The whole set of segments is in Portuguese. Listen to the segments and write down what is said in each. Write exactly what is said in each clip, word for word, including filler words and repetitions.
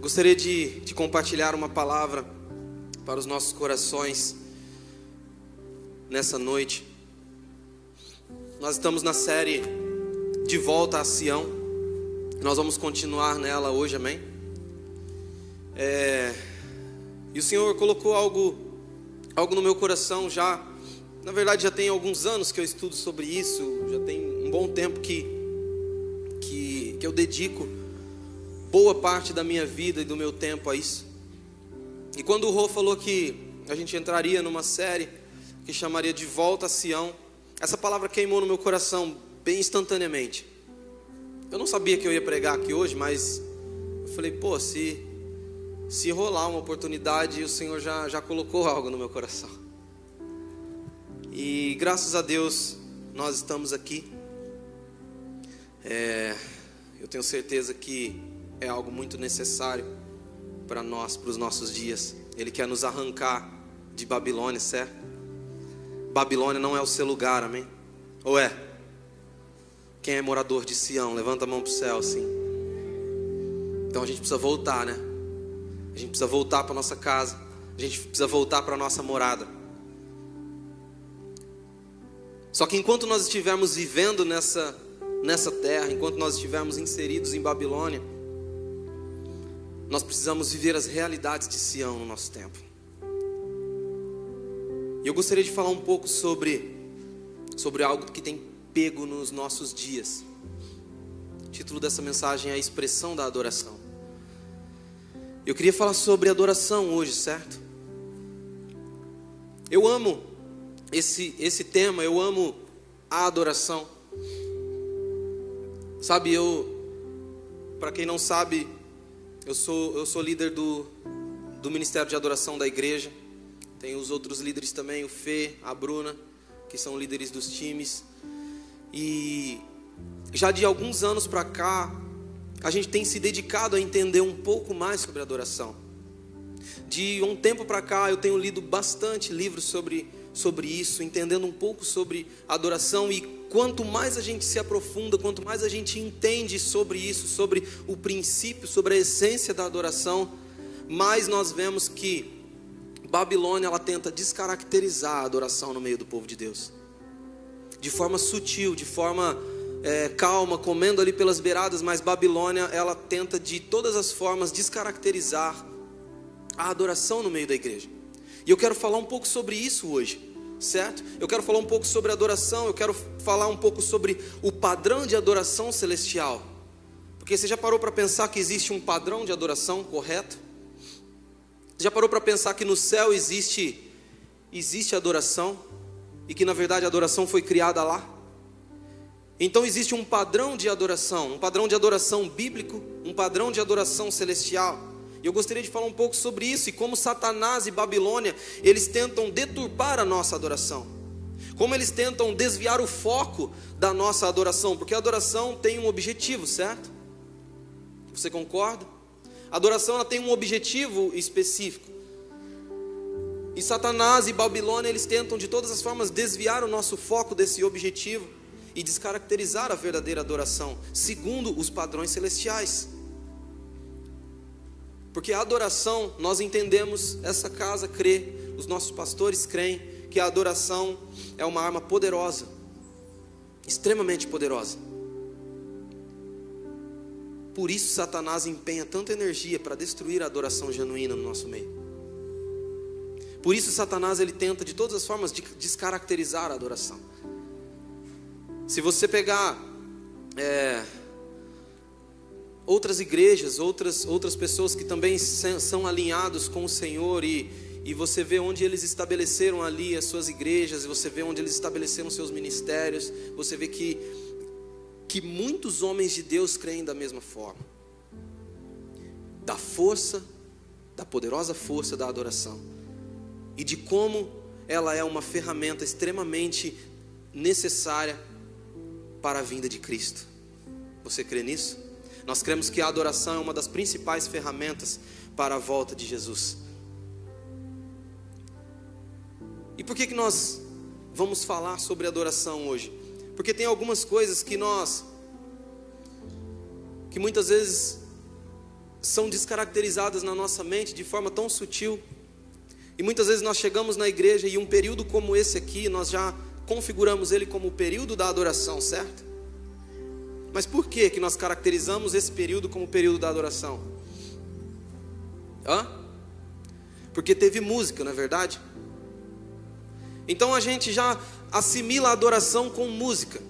Eu gostaria de, de compartilhar uma palavra para os nossos corações nessa noite. Nós estamos na série De Volta a Sião. Nós vamos continuar nela hoje, amém? É, e o Senhor colocou algo, algo no meu coração já. Na verdade já tem alguns anos que eu estudo sobre isso. Já tem um bom tempo que, que, que eu dedico boa parte da minha vida e do meu tempo a isso. E quando o Rô falou que a gente entraria numa série que chamaria De Volta a Sião, essa palavra queimou no meu coração bem instantaneamente. Eu não sabia que eu ia pregar aqui hoje, mas eu falei, pô, se, se rolar uma oportunidade, o Senhor já, já colocou algo no meu coração. E graças a Deus nós estamos aqui. É, eu tenho certeza que é algo muito necessário para nós, para os nossos dias. Ele quer nos arrancar de Babilônia, certo? Babilônia não é o seu lugar, amém? Ou é? Quem é morador de Sião, levanta a mão para o céu assim. Então a gente precisa voltar, né? A gente precisa voltar para nossa casa. A gente precisa voltar para a nossa morada. Só que enquanto nós estivermos vivendo nessa, nessa terra, enquanto nós estivermos inseridos em Babilônia, nós precisamos viver as realidades de Sião no nosso tempo. E eu gostaria de falar um pouco sobre, sobre algo que tem pego nos nossos dias. O título dessa mensagem é a expressão da adoração. Eu queria falar sobre adoração hoje, certo? Eu amo esse, esse tema, eu amo a adoração. Sabe, eu, para quem não sabe, eu sou, eu sou líder do, do Ministério de Adoração da igreja. Tem os outros líderes também, o Fê, a Bruna, que são líderes dos times. E já de alguns anos para cá, a gente tem se dedicado a entender um pouco mais sobre adoração. De um tempo para cá, eu tenho lido bastante livros sobre, sobre isso, entendendo um pouco sobre adoração. E quanto mais a gente se aprofunda, quanto mais a gente entende sobre isso, sobre o princípio, sobre a essência da adoração, mais nós vemos que Babilônia, ela tenta descaracterizar a adoração no meio do povo de Deus. De forma sutil, de forma é, calma, comendo ali pelas beiradas, mas Babilônia, ela tenta de todas as formas descaracterizar a adoração no meio da igreja. E eu quero falar um pouco sobre isso hoje, certo? Eu quero falar um pouco sobre adoração, eu quero falar um pouco sobre o padrão de adoração celestial. Porque você já parou para pensar que existe um padrão de adoração correto? Já parou para pensar que no céu existe, existe adoração? E que na verdade a adoração foi criada lá? Então existe um padrão de adoração, um padrão de adoração bíblico, um padrão de adoração celestial. E eu gostaria de falar um pouco sobre isso e como Satanás e Babilônia, eles tentam deturpar a nossa adoração. Como eles tentam desviar o foco da nossa adoração, porque a adoração tem um objetivo, certo? Você concorda? A adoração, ela tem um objetivo específico. E Satanás e Babilônia, eles tentam de todas as formas desviar o nosso foco desse objetivo e descaracterizar a verdadeira adoração, segundo os padrões celestiais. Porque a adoração, nós entendemos, essa casa crê, os nossos pastores creem, que a adoração é uma arma poderosa, extremamente poderosa. Por isso Satanás empenha tanta energia para destruir a adoração genuína no nosso meio. Por isso Satanás, ele tenta de todas as formas de descaracterizar a adoração. Se você pegar é, outras igrejas, outras, outras pessoas que também são alinhados com o Senhor, e, e você vê onde eles estabeleceram ali as suas igrejas, e você vê onde eles estabeleceram seus ministérios, você vê que que muitos homens de Deus creem da mesma forma, da força, da poderosa força da adoração, e de como ela é uma ferramenta extremamente necessária para a vinda de Cristo. Você crê nisso? Nós cremos que a adoração é uma das principais ferramentas para a volta de Jesus. E por que que nós vamos falar sobre adoração hoje? Porque tem algumas coisas que nós, que muitas vezes são descaracterizadas na nossa mente de forma tão sutil. E muitas vezes nós chegamos na igreja e um período como esse aqui, nós já configuramos ele como o período da adoração, certo? Mas por que que nós caracterizamos esse período como o período da adoração? Hã? Porque teve música, não é verdade? Então a gente já assimila a adoração com música.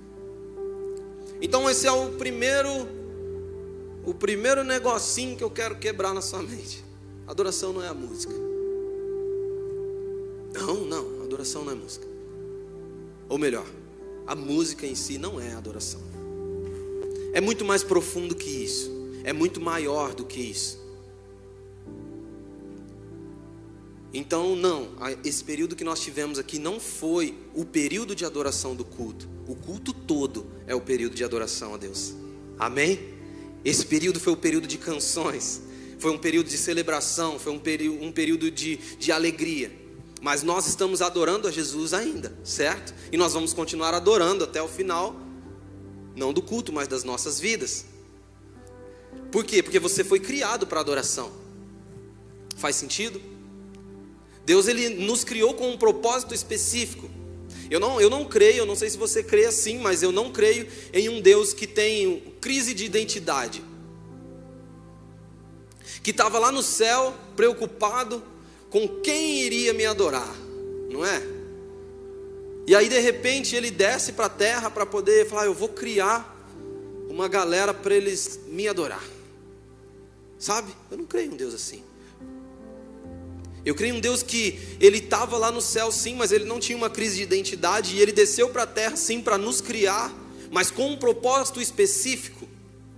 Então esse é o primeiro, o primeiro negocinho que eu quero quebrar na sua mente. Adoração não é a música. Não, não, adoração não é música. Ou melhor, a música em si não é adoração. É muito mais profundo que isso. É muito maior do que isso. Então não, esse período que nós tivemos aqui não foi o período de adoração do culto. O culto todo é o período de adoração a Deus. Amém? Esse período foi o período de canções. Foi um período de celebração. Foi um período, um período de, de alegria. Mas nós estamos adorando a Jesus ainda, certo? E nós vamos continuar adorando até o final. Não do culto, mas das nossas vidas. Por quê? Porque você foi criado para adoração. Faz sentido? Deus, ele nos criou com um propósito específico. Eu não, eu não creio, eu não sei se você crê assim, mas eu não creio em um Deus que tem crise de identidade. Que estava lá no céu, preocupado com quem iria me adorar, não é? E aí de repente ele desce para a terra para poder falar, eu vou criar uma galera para eles me adorar. Sabe? Eu não creio em um Deus assim. Eu creio em um Deus que ele estava lá no céu sim, mas ele não tinha uma crise de identidade. E ele desceu para a terra sim para nos criar, mas com um propósito específico.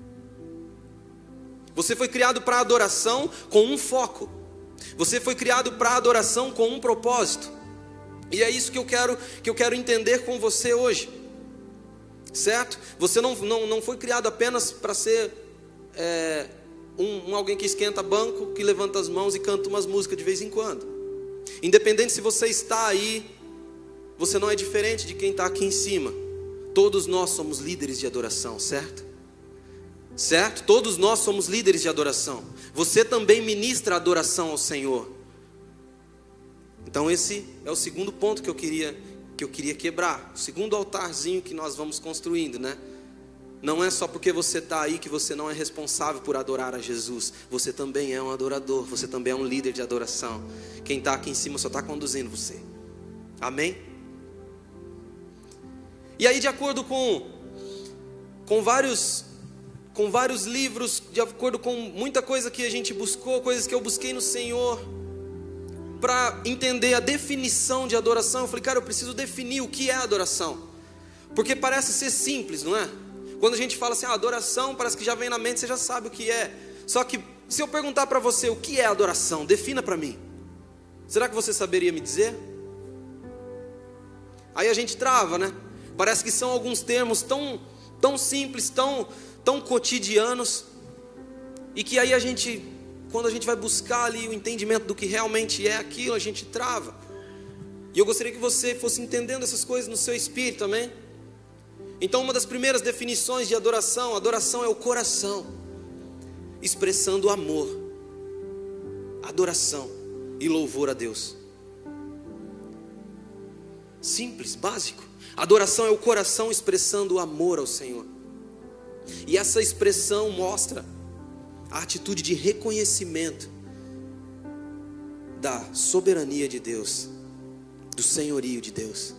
Você foi criado para adoração com um foco. Você foi criado para adoração com um propósito. E é isso que eu quero, que eu quero entender com você hoje. Certo? Você não, não, não foi criado apenas para ser é, um, um alguém que esquenta banco, que levanta as mãos e canta umas músicas de vez em quando. Independente se você está aí, você não é diferente de quem está aqui em cima. Todos nós somos líderes de adoração, certo? Certo? Todos nós somos líderes de adoração. Você também ministra adoração ao Senhor. Então esse é o segundo ponto que eu queria, que eu queria quebrar. O segundo altarzinho que nós vamos construindo, né? Não é só porque você está aí que você não é responsável por adorar a Jesus. Você também é um adorador. Você também é um líder de adoração. Quem está aqui em cima só está conduzindo você. Amém? E aí, de acordo com, com vários... com vários livros, de acordo com muita coisa que a gente buscou, coisas que eu busquei no Senhor, para entender a definição de adoração, eu falei, cara, eu preciso definir o que é adoração, porque parece ser simples, não é? Quando a gente fala assim, ah, adoração, parece que já vem na mente, você já sabe o que é. Só que, se eu perguntar para você o que é adoração, defina para mim, será que você saberia me dizer? Aí a gente trava, né? Parece que são alguns termos tão, tão simples, tão... tão cotidianos, e que aí a gente, quando a gente vai buscar ali o entendimento do que realmente é aquilo, a gente trava. E eu gostaria que você fosse entendendo essas coisas no seu espírito, amém? Então uma das primeiras definições de adoração, adoração é o coração expressando amor, adoração e louvor a Deus. Simples, básico. Adoração é o coração expressando o amor ao Senhor. E essa expressão mostra a atitude de reconhecimento da soberania de Deus, do senhorio de Deus.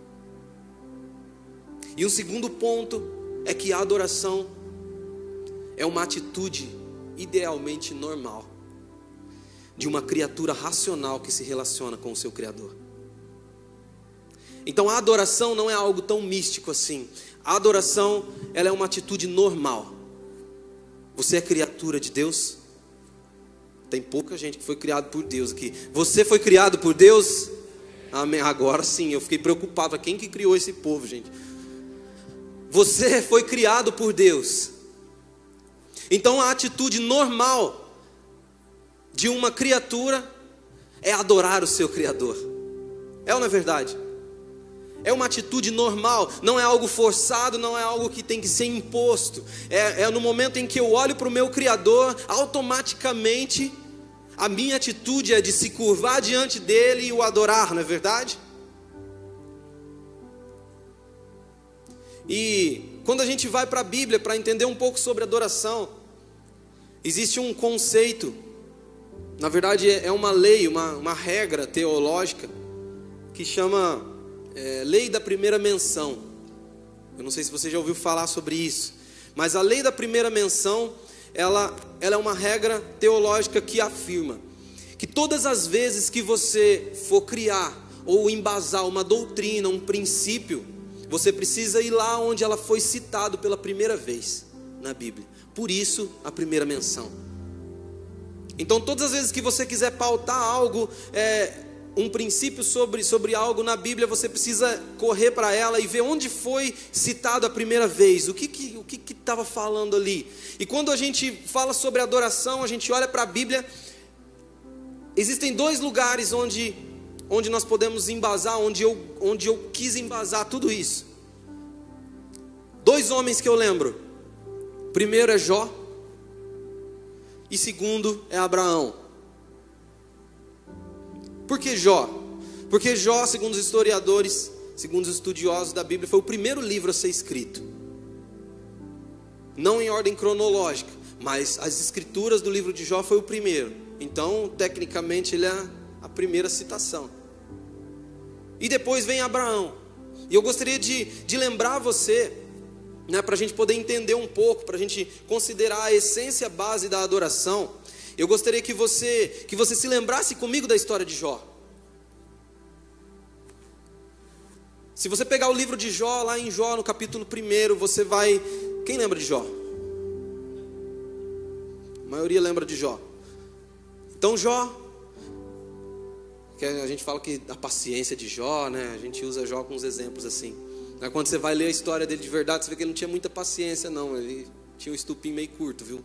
E o segundo ponto é que a adoração é uma atitude idealmente normal de uma criatura racional que se relaciona com o seu Criador. Então a adoração não é algo tão místico assim. A adoração, ela é uma atitude normal. Você é criatura de Deus? Tem pouca gente que foi criado por Deus aqui. Você foi criado por Deus? Amém. Agora sim, eu fiquei preocupado. Quem que criou esse povo, gente? Você foi criado por Deus. Então a atitude normal de uma criatura é adorar o seu Criador. É ou não é verdade? é uma atitude normal, não é algo forçado, não é algo que tem que ser imposto. É, é no momento em que eu olho para o meu Criador, automaticamente a minha atitude é de se curvar diante dele e o adorar, não é verdade? E quando a gente vai para a Bíblia para entender um pouco sobre adoração, existe um conceito, na verdade é uma lei, uma, uma regra teológica, que chama é, lei da primeira menção. Eu não sei se você já ouviu falar sobre isso, mas a lei da primeira menção, ela, ela é uma regra teológica que afirma que todas as vezes que você for criar ou embasar uma doutrina, um princípio, você precisa ir lá onde ela foi citada pela primeira vez na Bíblia. Por isso, a primeira menção. Então, todas as vezes que você quiser pautar algo, é, um princípio sobre, sobre algo na Bíblia, você precisa correr para ela e ver onde foi citado a primeira vez. O que que o que que estava falando ali? E quando a gente fala sobre adoração, a gente olha para a Bíblia. Existem dois lugares onde... onde nós podemos embasar, onde eu, onde eu quis embasar tudo isso. Dois homens que eu lembro. Primeiro é Jó, e segundo é Abraão. Por que Jó? Porque Jó, segundo os historiadores, segundo os estudiosos da Bíblia, foi o primeiro livro a ser escrito. Não em ordem cronológica, mas as escrituras do livro de Jó foi o primeiro. Então, tecnicamente, ele é a primeira citação. E depois vem Abraão. E eu gostaria de, de lembrar você, né, para a gente poder entender um pouco, para a gente considerar a essência base da adoração. Eu gostaria que você, que você se lembrasse comigo da história de Jó. Se você pegar o livro de Jó, lá em Jó, no capítulo primeiro, você vai... Quem lembra de Jó? A maioria lembra de Jó. Então Jó... que a gente fala que a paciência de Jó, né? A gente usa Jó com uns exemplos assim. Quando você vai ler a história dele de verdade, você vê que ele não tinha muita paciência não. Ele tinha um estupim meio curto, viu?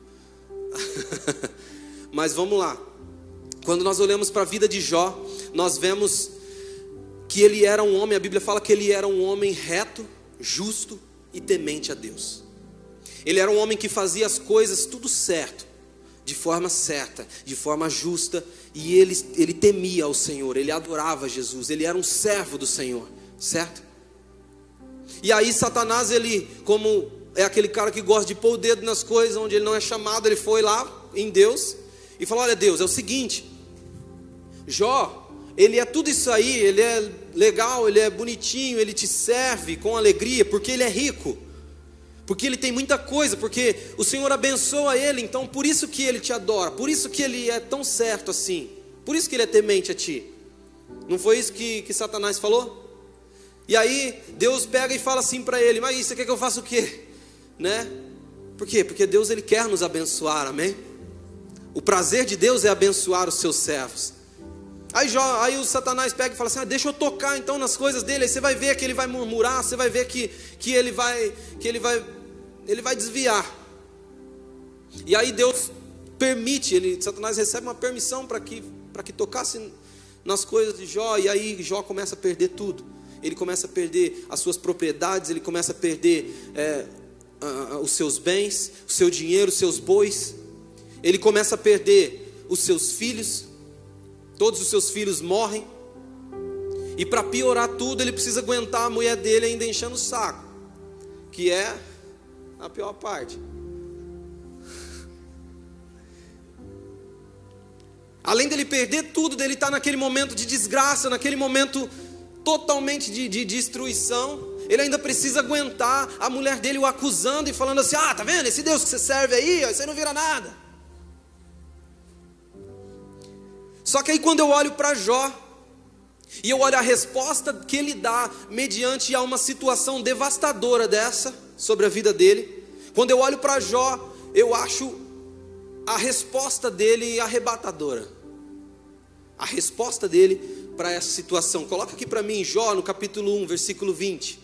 Mas vamos lá. Quando nós olhamos para a vida de Jó, nós vemos que ele era um homem, a Bíblia fala que ele era um homem reto, justo e temente a Deus. Ele era um homem que fazia as coisas tudo certo, de forma certa, de forma justa, e ele, ele temia ao Senhor, ele adorava Jesus, ele era um servo do Senhor, certo? E aí Satanás, ele, como é aquele cara que gosta de pôr o dedo nas coisas onde ele não é chamado, ele foi lá em Deus e falou: olha Deus, é o seguinte, Jó, ele é tudo isso aí, ele é legal, ele é bonitinho, ele te serve com alegria, porque ele é rico, porque ele tem muita coisa, porque o Senhor abençoa ele, então por isso que ele te adora, por isso que ele é tão certo assim, por isso que ele é temente a ti. Não foi isso que, que Satanás falou? E aí Deus pega e fala assim para ele: mas você quer que eu faça o quê? Né? Por quê? Porque Deus, ele quer nos abençoar, amém? O prazer de Deus é abençoar os seus servos. Aí, Jó, aí o Satanás pega e fala assim: ah, deixa eu tocar então nas coisas dele. Aí você vai ver que ele vai murmurar, você vai ver que, que, ele, vai, que ele, vai, ele vai desviar. E aí Deus permite, ele, Satanás recebe uma permissão para que, para que tocasse nas coisas de Jó. E aí Jó começa a perder tudo. Ele começa a perder as suas propriedades, ele começa a perder é, a, a, os seus bens, o seu dinheiro, os seus bois. Ele começa a perder os seus filhos. Todos os seus filhos morrem. E para piorar tudo, ele precisa aguentar a mulher dele ainda enchendo o saco, que é a pior parte. Além dele perder tudo, dele estar naquele momento de desgraça, naquele momento totalmente de, de destruição, ele ainda precisa aguentar a mulher dele o acusando e falando assim: ah, tá vendo, esse Deus que você serve aí, você não vira nada. Só que aí quando eu olho para Jó, e eu olho a resposta que ele dá mediante a uma situação devastadora dessa, sobre a vida dele, quando eu olho para Jó, eu acho a resposta dele arrebatadora. A resposta dele para essa situação. Coloca aqui para mim Jó no capítulo um, versículo vinte.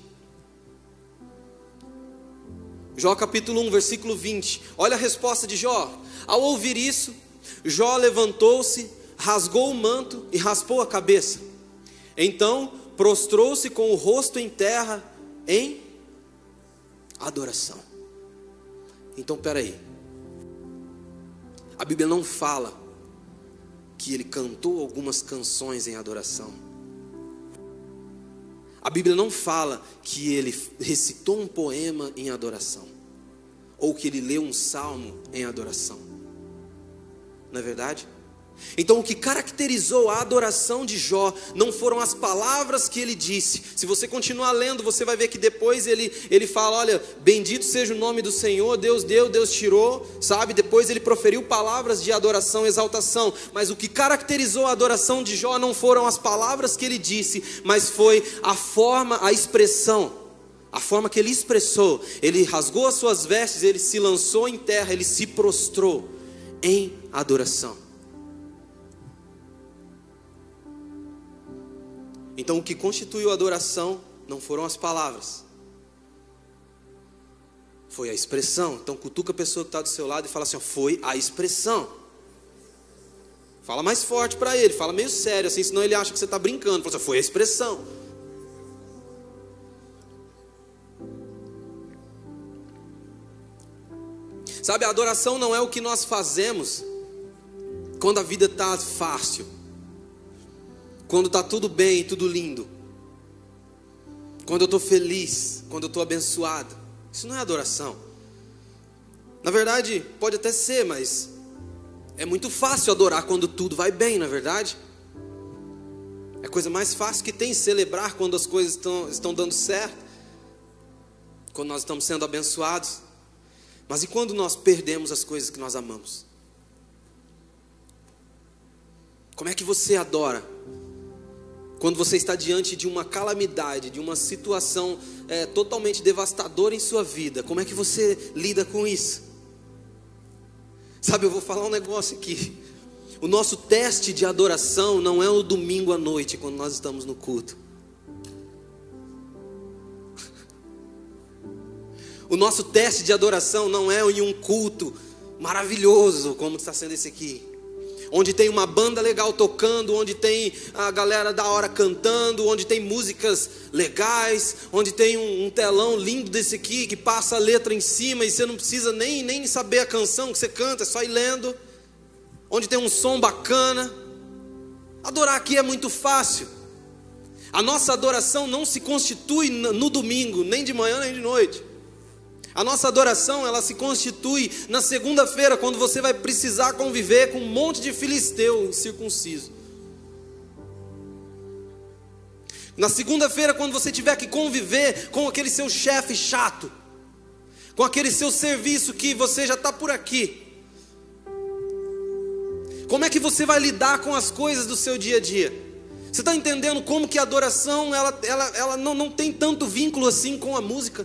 Jó capítulo um, versículo vinte. Olha a resposta de Jó. Ao ouvir isso, Jó levantou-se, rasgou o manto e raspou a cabeça. Então prostrou-se com o rosto em terra em adoração. Então, peraí. A Bíblia não fala que ele cantou algumas canções em adoração. A Bíblia não fala que ele recitou um poema em adoração, ou que ele leu um salmo em adoração. Não é verdade? Então o que caracterizou a adoração de Jó não foram as palavras que ele disse. Se você continuar lendo, você vai ver que depois ele, ele fala, olha, bendito seja o nome do Senhor, Deus deu, Deus tirou, sabe? Depois ele proferiu palavras de adoração, exaltação. Mas o que caracterizou a adoração de Jó não foram as palavras que ele disse, mas foi a forma, a expressão, a forma que ele expressou. Ele rasgou as suas vestes, ele se lançou em terra, ele se prostrou em adoração. Então o que constituiu a adoração não foram as palavras, foi a expressão. Então cutuca a pessoa que está do seu lado e fala assim, ó, foi a expressão. Fala mais forte para ele, fala meio sério assim, senão ele acha que você está brincando. Fala assim, foi a expressão. Sabe, a adoração não é o que nós fazemos quando a vida está fácil, quando está tudo bem, tudo lindo, quando eu estou feliz, quando eu estou abençoado. Isso não é adoração. Na verdade, pode até ser, mas é muito fácil adorar quando tudo vai bem, não é verdade? É a coisa mais fácil que tem, celebrar quando as coisas estão, estão dando certo, quando nós estamos sendo abençoados. Mas e quando nós perdemos as coisas que nós amamos? Como é que você adora quando você está diante de uma calamidade, de uma situação é, totalmente devastadora em sua vida? Como é que você lida com isso? Sabe, eu vou falar um negócio aqui. O nosso teste de adoração não é o domingo à noite, quando nós estamos no culto. O nosso teste de adoração não é em um culto maravilhoso, como está sendo esse aqui, onde tem uma banda legal tocando, onde tem a galera da hora cantando, onde tem músicas legais, onde tem um, um telão lindo desse aqui, que passa a letra em cima, e você não precisa nem, nem saber a canção que você canta, é só ir lendo, onde tem um som bacana. Adorar aqui é muito fácil. A nossa adoração não se constitui no domingo, nem de manhã nem de noite. A nossa adoração, ela se constitui na segunda-feira, quando você vai precisar conviver com um monte de filisteu incircunciso. Na segunda-feira, quando você tiver que conviver com aquele seu chefe chato, com aquele seu serviço que você já está por aqui. Como é que você vai lidar com as coisas do seu dia a dia? Você está entendendo como que a adoração, ela, ela, ela não, não tem tanto vínculo assim com a música?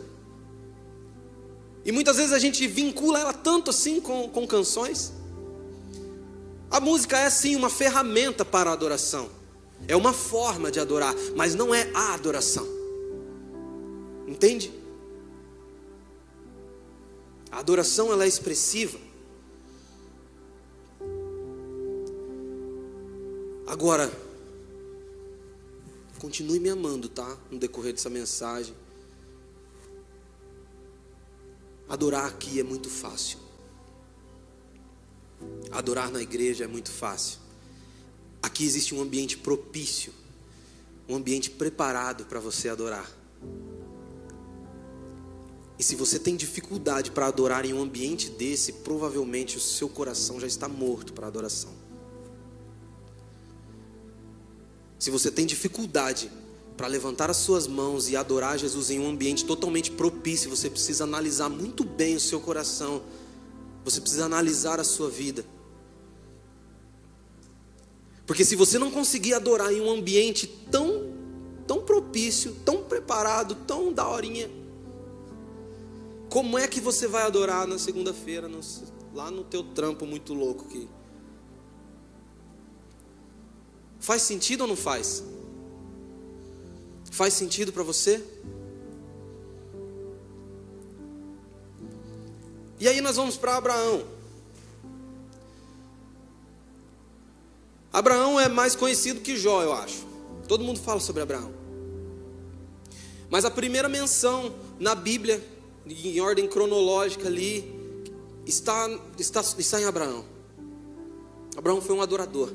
E muitas vezes a gente vincula ela tanto assim com, com canções. A música é sim uma ferramenta para a adoração. É uma forma de adorar, mas não é a adoração. Entende? A adoração, ela é expressiva. Agora, continue me amando, tá? No decorrer dessa mensagem. Adorar aqui é muito fácil. Adorar na igreja é muito fácil. Aqui existe um ambiente propício, um ambiente preparado para você adorar. E se você tem dificuldade para adorar em um ambiente desse, provavelmente o seu coração já está morto para adoração. Se você tem dificuldade para levantar as suas mãos e adorar Jesus em um ambiente totalmente propício, você precisa analisar muito bem o seu coração. Você precisa analisar a sua vida. Porque se você não conseguir adorar em um ambiente tão, tão propício, tão preparado, tão daorinha, como é que você vai adorar na segunda-feira, no, lá no teu trampo muito louco aqui? Faz sentido ou não faz? Faz sentido para você? E aí nós vamos para Abraão. Abraão é mais conhecido que Jó, eu acho. Todo mundo fala sobre Abraão. Mas a primeira menção na Bíblia, em ordem cronológica ali, está, está, está em Abraão. Abraão foi um adorador.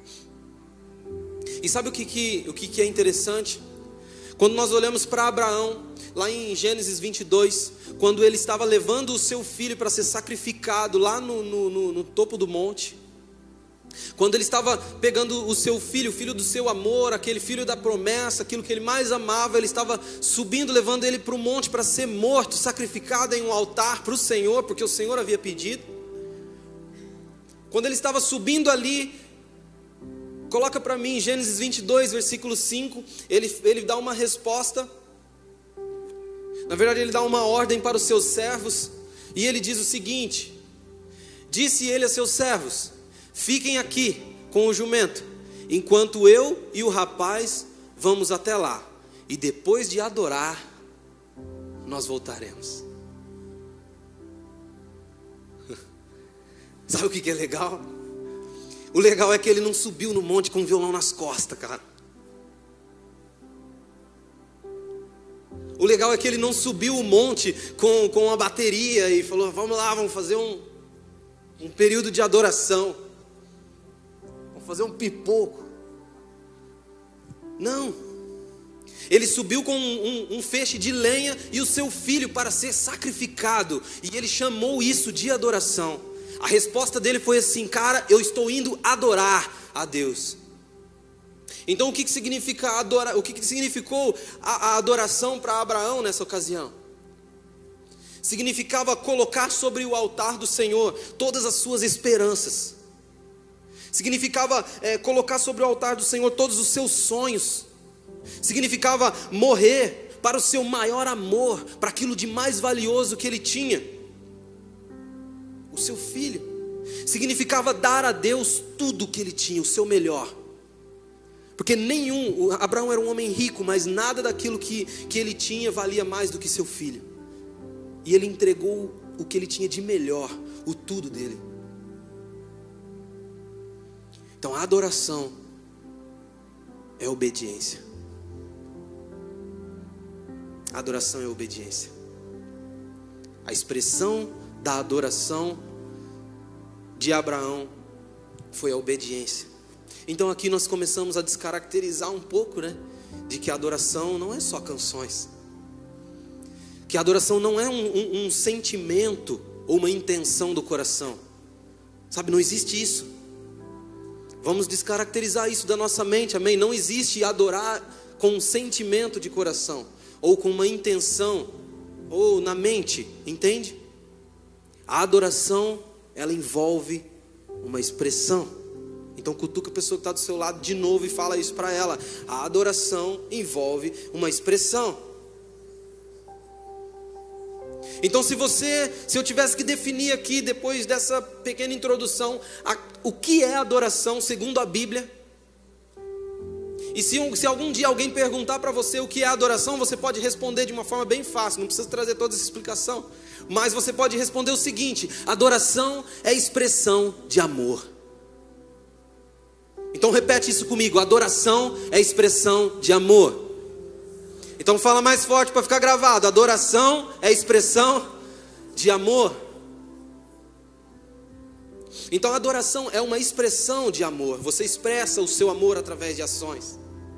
E sabe o que, que, o que, que é interessante? Quando nós olhamos para Abraão, lá em Gênesis vinte e dois, quando ele estava levando o seu filho para ser sacrificado lá no, no, no, no topo do monte, quando ele estava pegando o seu filho, o filho do seu amor, aquele filho da promessa, aquilo que ele mais amava, ele estava subindo, levando ele para o monte para ser morto, sacrificado em um altar para o Senhor, porque o Senhor havia pedido. Quando ele estava subindo ali, coloca para mim, Gênesis vinte e dois, versículo cinco, ele, ele dá uma resposta. Na verdade ele dá uma ordem para os seus servos, e ele diz o seguinte: disse ele a seus servos: fiquem aqui com o jumento, enquanto eu e o rapaz vamos até lá, e depois de adorar, nós voltaremos. Sabe o que é legal? O legal é que ele não subiu no monte com um violão nas costas, cara. O legal é que ele não subiu o monte com, com uma bateria e falou: vamos lá, vamos fazer um, um período de adoração, vamos fazer um pipoco. Não. Ele subiu com um, um, um feixe de lenha e o seu filho para ser sacrificado, e ele chamou isso de adoração. A resposta dele foi assim: cara, eu estou indo adorar a Deus. Então o que, que significa adorar? O que, que significou a, a adoração para Abraão nessa ocasião? Significava colocar sobre o altar do Senhor todas as suas esperanças. Significava é, colocar sobre o altar do Senhor todos os seus sonhos. Significava morrer para o seu maior amor, para aquilo de mais valioso que ele tinha, o seu filho. Significava dar a Deus tudo o que ele tinha, o seu melhor. Porque nenhum, Abraão era um homem rico, mas nada daquilo que, que ele tinha valia mais do que seu filho. E ele entregou o que ele tinha de melhor, o tudo dele. Então a adoração é obediência. A adoração é obediência. A expressão da adoração de Abraão foi a obediência. Então aqui nós começamos a descaracterizar um pouco, né, de que a adoração não é só canções, que a adoração não é um, um, um sentimento ou uma intenção do coração, sabe, não existe isso. Vamos descaracterizar isso da nossa mente, amém? Não existe adorar com um sentimento de coração, ou com uma intenção, ou na mente, entende? A adoração, ela envolve uma expressão. Então cutuca a pessoa que está do seu lado de novo e fala isso para ela. A adoração envolve uma expressão. Então se você, se eu tivesse que definir aqui, depois dessa pequena introdução, a, o que é adoração segundo a Bíblia, e se, um, se algum dia alguém perguntar para você o que é adoração, você pode responder de uma forma bem fácil, não precisa trazer toda essa explicação, mas você pode responder o seguinte: adoração é expressão de amor. Então repete isso comigo: adoração é expressão de amor. Então fala mais forte para ficar gravado: adoração é expressão de amor. Então a adoração é uma expressão de amor. Você expressa o seu amor através de ações.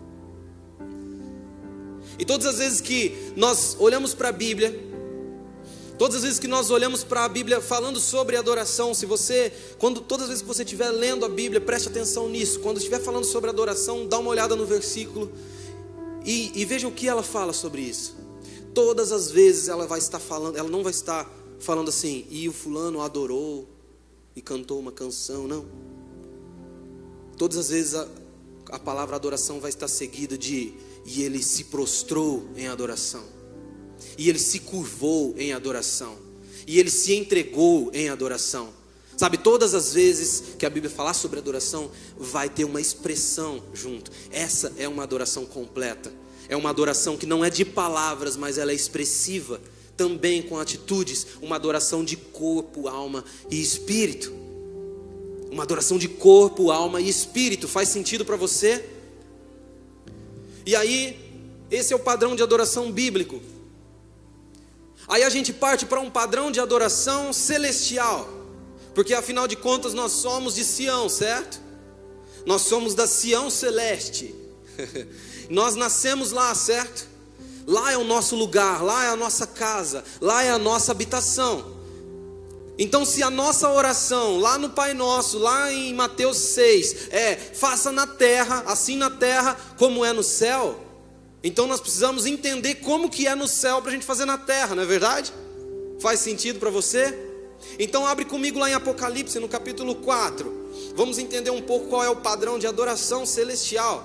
E todas as vezes que nós olhamos para a Bíblia, todas as vezes que nós olhamos para a Bíblia falando sobre adoração, se você, quando, todas as vezes que você estiver lendo a Bíblia, preste atenção nisso. Quando estiver falando sobre adoração, dá uma olhada no versículo e, e veja o que ela fala sobre isso. Todas as vezes ela vai estar falando, ela não vai estar falando assim: e o fulano adorou e cantou uma canção, não. Todas as vezes a, a palavra adoração vai estar seguida de: e ele se prostrou em adoração, e ele se curvou em adoração, e ele se entregou em adoração. Sabe, todas as vezes que a Bíblia falar sobre adoração, vai ter uma expressão junto. Essa é uma adoração completa. É uma adoração que não é de palavras, mas ela é expressiva, também com atitudes. Uma adoração de corpo, alma e espírito. Uma adoração de corpo, alma e espírito. Faz sentido para você? E aí Esse é o padrão de adoração bíblico. Aí a gente parte para um padrão de adoração celestial, porque afinal de contas nós somos de Sião, certo? Nós somos da Sião celeste. Nós nascemos lá, certo? Lá é o nosso lugar, lá é a nossa casa, lá é a nossa habitação. Então, se a nossa oração lá no Pai Nosso, lá em Mateus seis, é faça na terra, assim na terra como é no céu, então nós precisamos entender como que é no céu para a gente fazer na terra, não é verdade? Faz sentido para você? Então abre comigo lá em Apocalipse, no capítulo quatro. Vamos entender um pouco qual é o padrão de adoração celestial.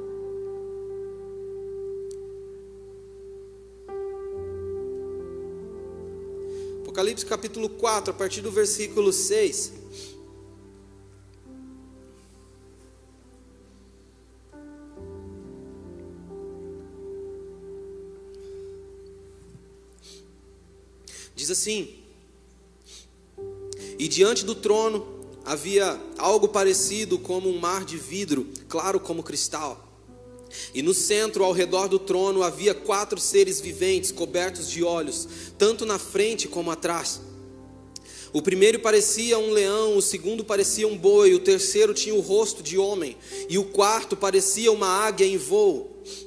Apocalipse capítulo quatro, a partir do versículo seis. Diz assim: e diante do trono havia algo parecido como um mar de vidro, claro como cristal. E no centro, ao redor do trono, havia quatro seres viventes, cobertos de olhos, tanto na frente como atrás. O primeiro parecia um leão, o segundo parecia um boi, o terceiro tinha o rosto de homem, e o quarto parecia uma águia em voo.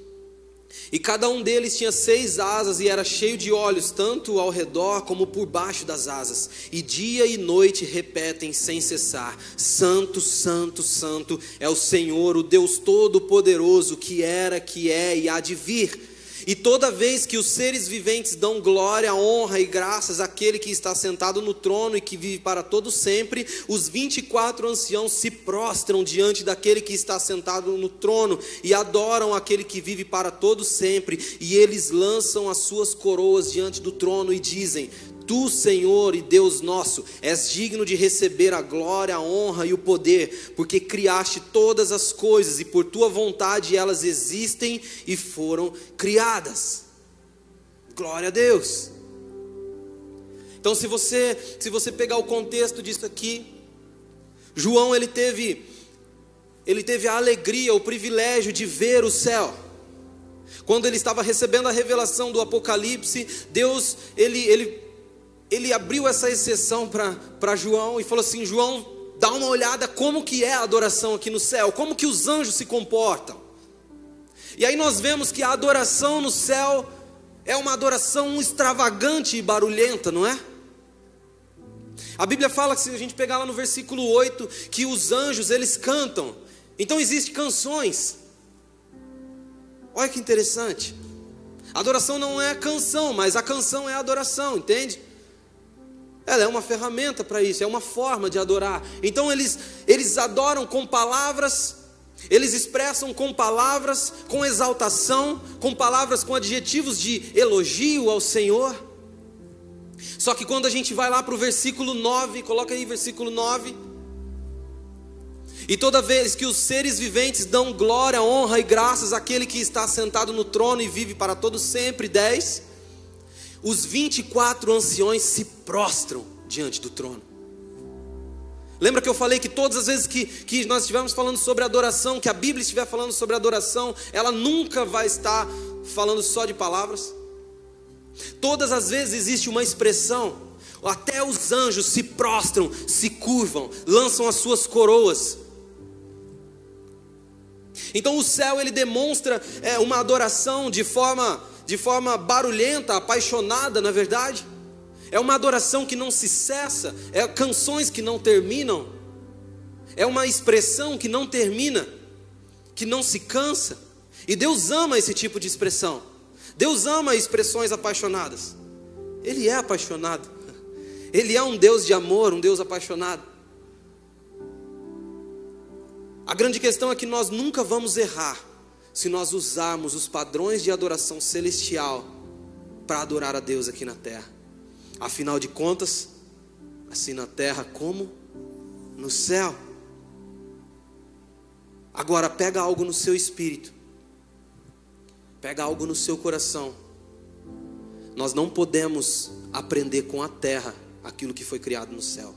E cada um deles tinha seis asas e era cheio de olhos, tanto ao redor como por baixo das asas. E dia e noite repetem sem cessar: Santo, Santo, Santo é o Senhor, o Deus Todo-Poderoso, que era, que é e há de vir. E toda vez que os seres viventes dão glória, honra e graças àquele que está sentado no trono e que vive para todo sempre, os vinte e quatro anciãos se prostram diante daquele que está sentado no trono e adoram aquele que vive para todo sempre, e eles lançam as suas coroas diante do trono e dizem: Tu, Senhor e Deus nosso, és digno de receber a glória, a honra e o poder, porque criaste todas as coisas e por tua vontade elas existem e foram criadas. Glória a Deus. Então, se você, se você pegar o contexto disso aqui, João ele teve, ele teve a alegria, o privilégio de ver o céu. Quando ele estava recebendo a revelação do Apocalipse, Deus, ele, ele Ele abriu essa exceção para João e falou assim: João, dá uma olhada como que é a adoração aqui no céu, como que os anjos se comportam. E aí nós vemos que a adoração no céu é uma adoração extravagante e barulhenta, não é? A Bíblia fala que, se a gente pegar lá no versículo oito, que os anjos eles cantam. Então existem canções. Olha que interessante. A adoração não é canção, mas a canção é a adoração, entende? Ela é uma ferramenta para isso, é uma forma de adorar. Então eles, eles adoram com palavras, eles expressam com palavras, com exaltação, com palavras, com adjetivos de elogio ao Senhor. Só que quando a gente vai lá para o versículo nove, coloca aí versículo nove. E toda vez que os seres viventes dão glória, honra e graças àquele que está sentado no trono e vive para todo sempre, dez... os vinte e quatro anciões se prostram diante do trono. Lembra que eu falei que todas as vezes que, que nós estivermos falando sobre adoração, que a Bíblia estiver falando sobre adoração, ela nunca vai estar falando só de palavras? Todas as vezes existe uma expressão. Até os anjos se prostram, se curvam, lançam as suas coroas. Então o céu ele demonstra é, uma adoração de forma... de forma barulhenta, apaixonada, não é verdade? É uma adoração que não se cessa, é canções que não terminam, é uma expressão que não termina, que não se cansa. E Deus ama esse tipo de expressão. Deus ama expressões apaixonadas. Ele é apaixonado. Ele é um Deus de amor, um Deus apaixonado. A grande questão é que nós nunca vamos errar se nós usarmos os padrões de adoração celestial para adorar a Deus aqui na terra. Afinal de contas, assim na terra como no céu. Agora pega algo no seu espírito, pega algo no seu coração. Nós não podemos aprender com a terra aquilo que foi criado no céu.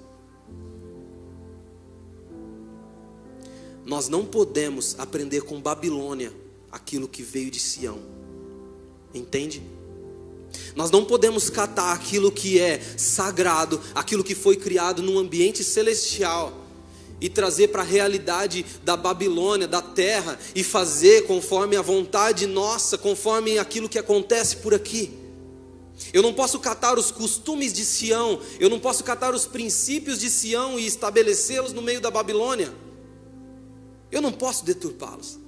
Nós não podemos aprender com Babilônia aquilo que veio de Sião. Entende? Nós não podemos catar aquilo que é sagrado, aquilo que foi criado num ambiente celestial, e trazer para a realidade da Babilônia, da terra, e fazer conforme a vontade nossa, conforme aquilo que acontece por aqui. Eu não posso catar os costumes de Sião, eu não posso catar os princípios de Sião e estabelecê-los no meio da Babilônia. Eu não posso deturpá-los.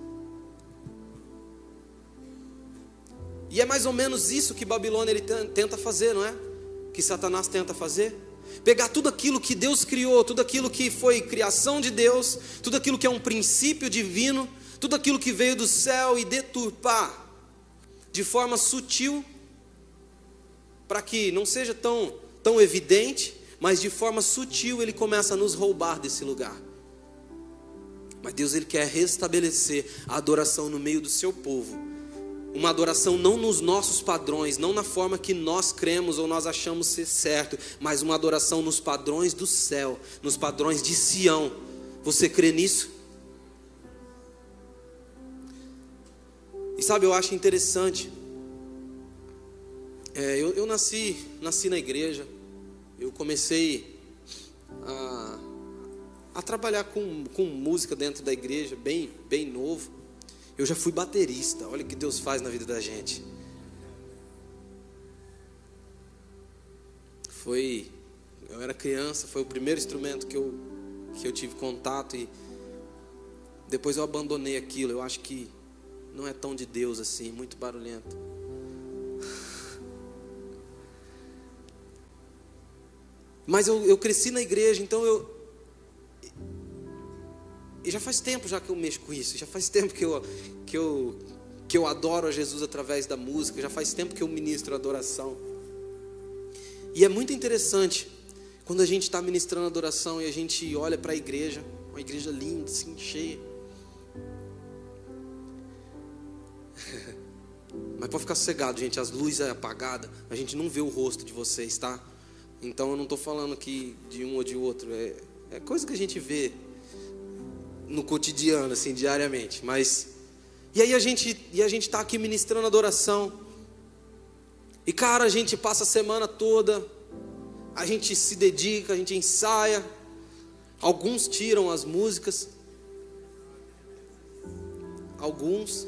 E é mais ou menos isso que Babilônia ele tenta fazer, não é? Que Satanás tenta fazer. Pegar tudo aquilo que Deus criou, tudo aquilo que foi criação de Deus, tudo aquilo que é um princípio divino, tudo aquilo que veio do céu, e deturpar de forma sutil, para que não seja tão, tão evidente, mas de forma sutil ele começa a nos roubar desse lugar. Mas Deus ele quer restabelecer a adoração no meio do seu povo. Uma adoração não nos nossos padrões, não na forma que nós cremos ou nós achamos ser certo, mas uma adoração nos padrões do céu, nos padrões de Sião. Você crê nisso? E sabe, eu acho interessante. É, eu, eu nasci, nasci na igreja. Eu comecei a, a trabalhar com, com música dentro da igreja, bem, bem novo. Eu já fui baterista, olha o que Deus faz na vida da gente. Foi, eu era criança, foi o primeiro instrumento que eu, que eu tive contato, e depois eu abandonei aquilo. Eu acho que não é tão de Deus assim, muito barulhento. Mas eu, eu cresci na igreja, então eu... E já faz tempo já que eu mexo com isso, já faz tempo que eu, que eu, que eu adoro a Jesus através da música, já faz tempo que eu ministro a adoração. E é muito interessante, quando a gente está ministrando a adoração e a gente olha para a igreja, uma igreja linda, assim, cheia. Mas pode ficar sossegado, gente, as luzes é apagada, a gente não vê o rosto de vocês, tá? Então eu não estou falando aqui de um ou de outro, é, é coisa que a gente vê no cotidiano, assim, diariamente. Mas, e aí a gente, e a gente está aqui ministrando adoração, e cara, a gente passa a semana toda, a gente se dedica, a gente ensaia, alguns tiram as músicas, alguns,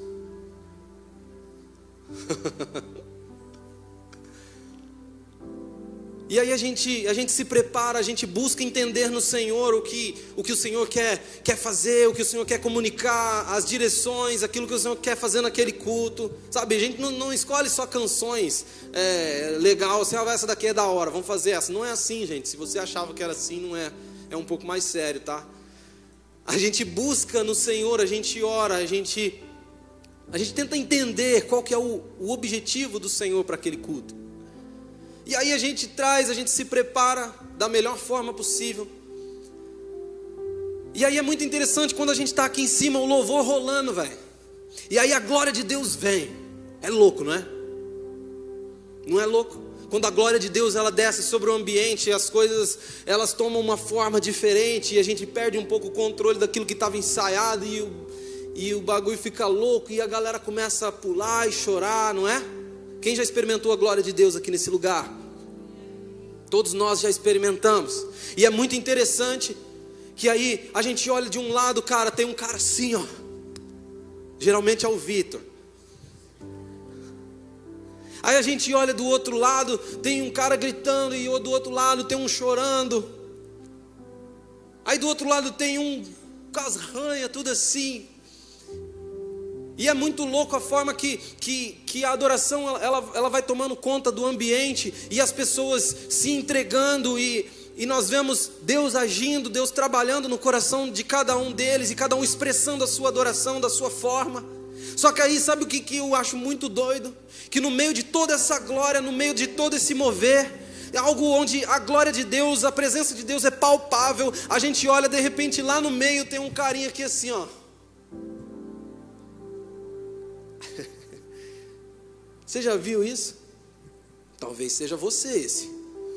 e aí a gente, a gente se prepara, a gente busca entender no Senhor o que o, que o Senhor quer, quer fazer, o que o Senhor quer comunicar, as direções, aquilo que o Senhor quer fazer naquele culto, sabe? A gente não, não escolhe só canções é, legal, assim, ah, essa daqui é da hora, vamos fazer essa. Não é assim, gente. Se você achava que era assim, não é. É um pouco mais sério, tá? A gente busca no Senhor, a gente ora, a gente, a gente tenta entender qual que é o, o objetivo do Senhor para aquele culto. E aí a gente traz, a gente se prepara da melhor forma possível. E aí é muito interessante quando a gente está aqui em cima, o louvor rolando, velho. E aí a glória de Deus vem. É louco, não é? Não é louco? Quando a glória de Deus ela desce sobre o ambiente, as coisas elas tomam uma forma diferente, e a gente perde um pouco o controle daquilo que estava ensaiado, e o, e o bagulho fica louco, e a galera começa a pular e chorar, não é? Quem já experimentou a glória de Deus aqui nesse lugar? Todos nós já experimentamos. E é muito interessante que aí a gente olha de um lado, cara, tem um cara assim, ó. Geralmente é o Vitor. Aí a gente olha do outro lado, tem um cara gritando, e do outro lado tem um chorando. Aí do outro lado tem um com as ranhas, tudo assim. E é muito louco a forma que, que, que a adoração ela, ela vai tomando conta do ambiente, e as pessoas se entregando, e, e nós vemos Deus agindo, Deus trabalhando no coração de cada um deles, e cada um expressando a sua adoração da sua forma. Só que aí sabe o que, que eu acho muito doido? Que no meio de toda essa glória, no meio de todo esse mover, é algo onde a glória de Deus, a presença de Deus é palpável. A gente olha, de repente lá no meio tem um carinha aqui assim, ó. Você já viu isso? Talvez seja você esse.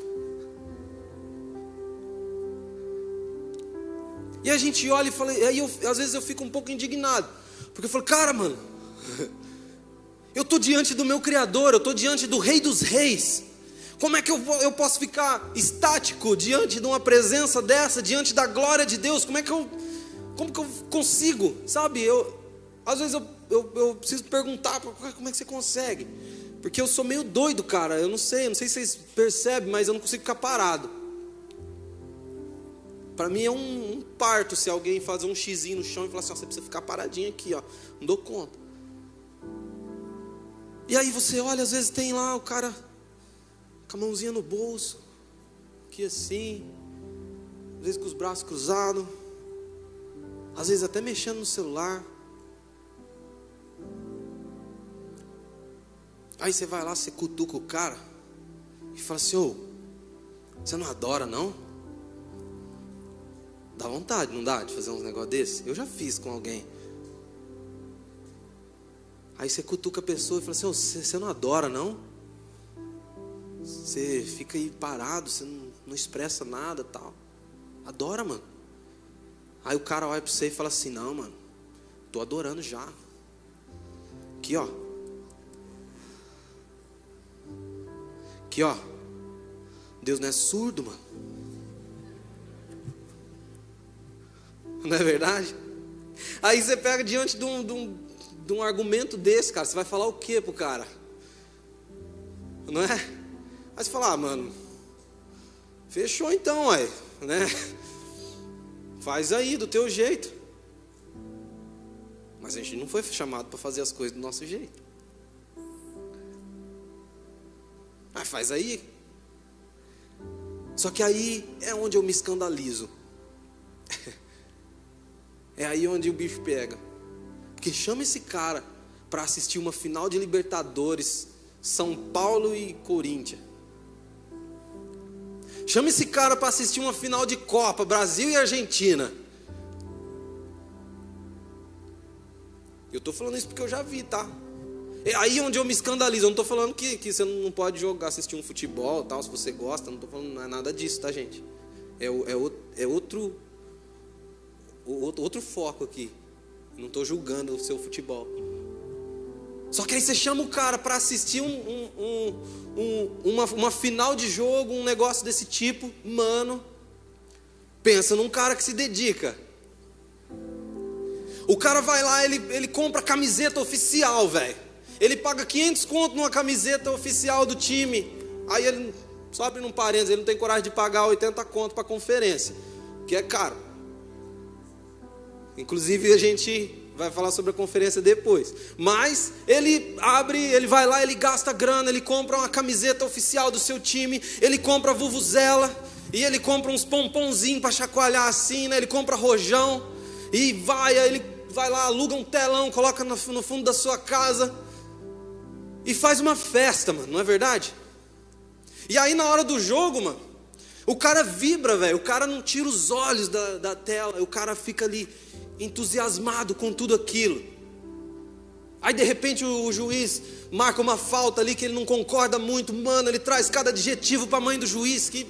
E a gente olha e fala, e aí eu, às vezes eu fico um pouco indignado, porque eu falo, cara, mano, Eu estou diante do meu Criador, eu estou diante do Rei dos Reis. Como é que eu, vou, eu posso ficar estático diante de uma presença dessa, diante da glória de Deus? Como é que eu, como que eu consigo, sabe? Eu, às vezes eu, eu, eu preciso perguntar, como é que você consegue? Porque eu sou meio doido, cara, eu não sei, eu não sei se vocês percebem, mas eu não consigo ficar parado. Para mim é um, um parto se alguém fazer um xizinho no chão e falar assim, ó, você precisa ficar paradinho aqui, ó, não dou conta. E aí você olha, às vezes tem lá o cara com a mãozinha no bolso, aqui assim, às vezes com os braços cruzados, às vezes até mexendo no celular. Aí você vai lá, você cutuca o cara e fala assim, ô, você não adora não? Dá vontade, não dá, de fazer uns negócios desses? Eu já fiz com alguém. Aí você cutuca a pessoa e fala assim, oh, você, você não adora não? Você fica aí parado, você não, não expressa nada tal. Adora, mano. Aí o cara olha pra você e fala assim, não, mano, tô adorando já. Aqui, ó. Aqui, ó. Deus não é surdo, mano. Não é verdade? Aí você pega diante de um, de um, de um argumento desse, cara, você vai falar o que pro cara? Não é? Aí você fala, ah, mano, fechou então, ué, né? Faz aí do teu jeito. Mas a gente não foi chamado para fazer as coisas do nosso jeito. Mas faz aí. Só que aí é onde eu me escandalizo. É aí onde o bicho pega. Porque chama esse cara para assistir uma final de Libertadores, São Paulo e Corinthians. Chama esse cara para assistir uma final de Copa, Brasil e Argentina. Eu estou falando isso porque eu já vi, tá? É aí onde eu me escandalizo. Eu não estou falando que, que você não pode jogar, assistir um futebol tal, se você gosta. Não estou falando nada disso, tá, gente? É, é, é outro... outro foco aqui. Não estou julgando o seu futebol. Só que aí você chama o cara para assistir um, um, um, um, uma, uma final de jogo, um negócio desse tipo. Mano, pensa num cara que se dedica. O cara vai lá, ele, ele compra camiseta oficial, velho. Ele paga quinhentos conto numa camiseta oficial do time. Aí ele, só abre num parênteses, ele não tem coragem de pagar oitenta conto para conferência, que é caro. Inclusive a gente vai falar sobre a conferência depois. Mas ele abre, ele vai lá, ele gasta grana, ele compra uma camiseta oficial do seu time, ele compra a vuvuzela, e ele compra uns pomponzinhos para chacoalhar assim, né? Ele compra rojão, e vai, ele vai lá, aluga um telão, coloca no, no fundo da sua casa, e faz uma festa, mano, não é verdade? E aí na hora do jogo, mano, o cara vibra, velho, o cara não tira os olhos da, da tela, o cara fica ali entusiasmado com tudo aquilo. Aí de repente o, o juiz marca uma falta ali que ele não concorda muito, mano, ele traz cada adjetivo para a mãe do juiz que...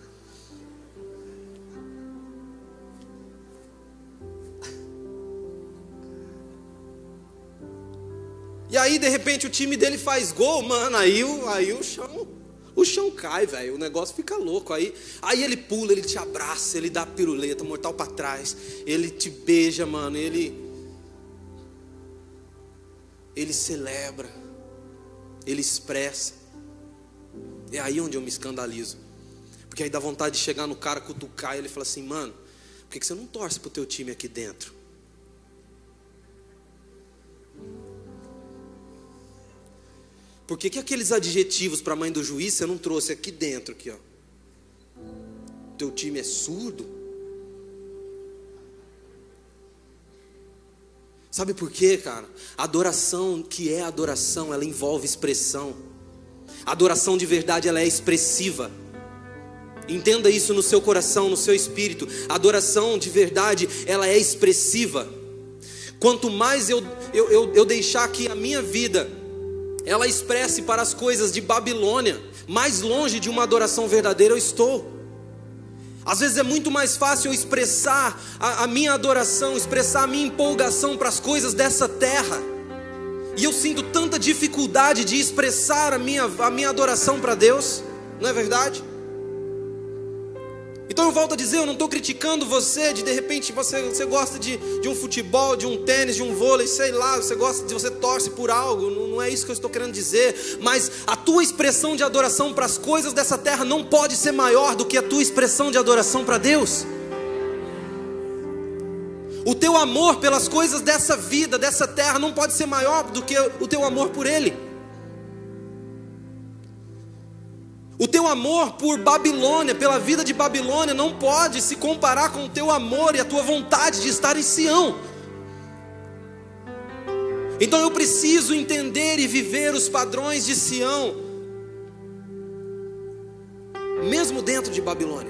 E aí de repente o time dele faz gol, mano, aí o, aí o chão... O chão cai, velho, o negócio fica louco. Aí, aí ele pula, ele te abraça, ele dá piruleta, mortal pra trás. Ele te beija, mano, ele... Ele celebra. Ele expressa. É aí onde eu me escandalizo. Porque aí dá vontade de chegar no cara, cutucar, e ele fala assim, mano, por que que você não torce pro teu time aqui dentro? Por que que aqueles adjetivos para a mãe do juiz você não trouxe aqui dentro, aqui, ó? Teu time é surdo? Sabe por quê, cara? A adoração, que é adoração, ela envolve expressão. A adoração de verdade, ela é expressiva. Entenda isso no seu coração, no seu espírito. A adoração de verdade, ela é expressiva. Quanto mais eu, eu, eu, eu deixar que a minha vida... ela expresse para as coisas de Babilônia, mais longe de uma adoração verdadeira eu estou. Às vezes é muito mais fácil eu expressar a, a minha adoração, expressar a minha empolgação para as coisas dessa terra. E eu sinto tanta dificuldade de expressar a minha, a minha adoração para Deus, não é verdade? Então eu volto a dizer, eu não estou criticando você, de de repente você, você gosta de, de um futebol, de um tênis, de um vôlei, sei lá, você gosta de, você torce por algo, não, não é isso que eu estou querendo dizer, mas a tua expressão de adoração para as coisas dessa terra não pode ser maior do que a tua expressão de adoração para Deus. O teu amor pelas coisas dessa vida, dessa terra, não pode ser maior do que o teu amor por Ele. O teu amor por Babilônia, pela vida de Babilônia, não pode se comparar com o teu amor e a tua vontade de estar em Sião. Então eu preciso entender e viver os padrões de Sião, mesmo dentro de Babilônia.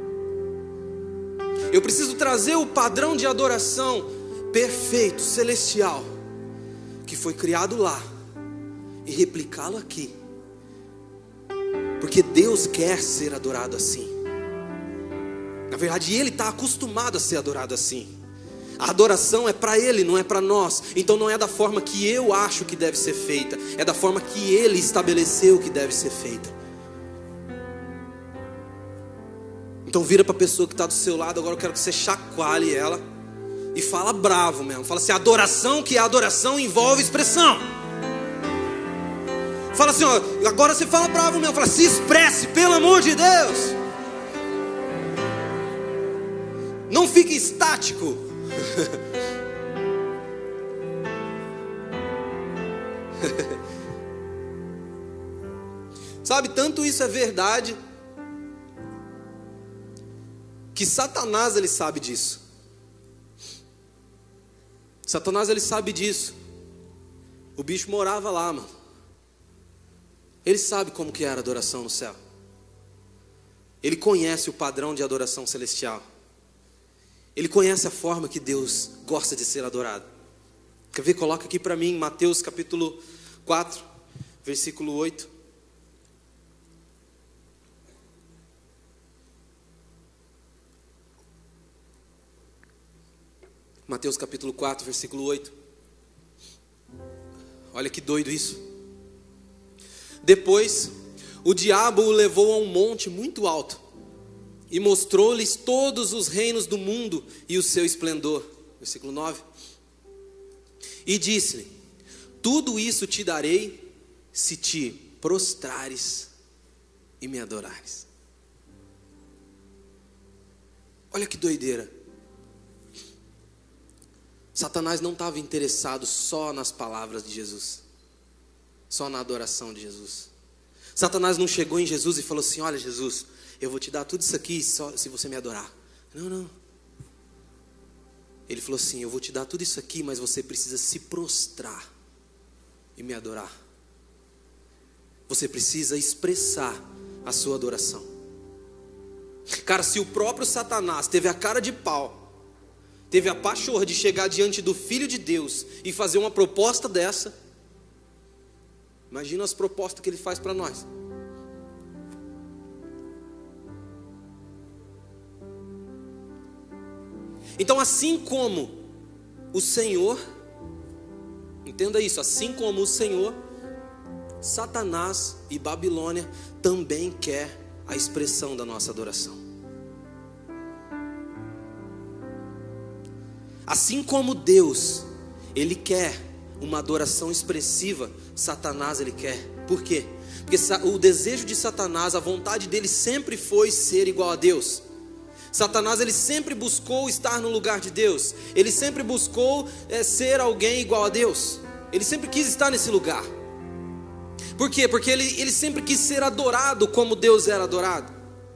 Eu preciso trazer o padrão de adoração perfeito, celestial, que foi criado lá, e replicá-lo aqui. Porque Deus quer ser adorado assim. Na verdade, Ele está acostumado a ser adorado assim. A adoração é para Ele, não é para nós. Então não é da forma que eu acho que deve ser feita, é da forma que Ele estabeleceu que deve ser feita. Então vira para a pessoa que está do seu lado. Agora eu quero que você chacoalhe ela e fala bravo mesmo. Fala assim: adoração, que é adoração, envolve expressão. Fala assim, ó, agora você fala bravo mesmo. Fala, se expresse, pelo amor de Deus. Não fique estático. Sabe, tanto isso é verdade que Satanás, ele sabe disso. Satanás, ele sabe disso. O bicho morava lá, mano. Ele sabe como que era a adoração no céu. Ele conhece o padrão de adoração celestial. Ele conhece a forma que Deus gosta de ser adorado. Quer ver? Coloca aqui para mim, Mateus capítulo quatro, versículo oito. Mateus capítulo quatro, versículo oito. Olha que doido isso. Depois, o diabo o levou a um monte muito alto e mostrou-lhes todos os reinos do mundo e o seu esplendor. Versículo nove. E disse-lhe: tudo isso te darei se te prostrares e me adorares. Olha que doideira. Satanás não estava interessado só nas palavras de Jesus, só na adoração de Jesus. Satanás não chegou em Jesus e falou assim: olha Jesus, eu vou te dar tudo isso aqui só se você me adorar. Não, não. Ele falou assim: eu vou te dar tudo isso aqui, mas você precisa se prostrar e me adorar. Você precisa expressar a sua adoração. Cara, se o próprio Satanás teve a cara de pau, teve a pachorra de chegar diante do Filho de Deus e fazer uma proposta dessa, imagina as propostas que ele faz para nós. Então, assim como o Senhor, entenda isso, assim como o Senhor, Satanás e Babilônia também quer a expressão da nossa adoração. Assim como Deus, Ele quer uma adoração expressiva, Satanás ele quer. Por quê? Porque o desejo de Satanás, a vontade dele sempre foi ser igual a Deus. Satanás ele sempre buscou estar no lugar de Deus. Ele sempre buscou é, ser alguém igual a Deus. Ele sempre quis estar nesse lugar. Por quê? Porque ele, ele sempre quis ser adorado como Deus era adorado.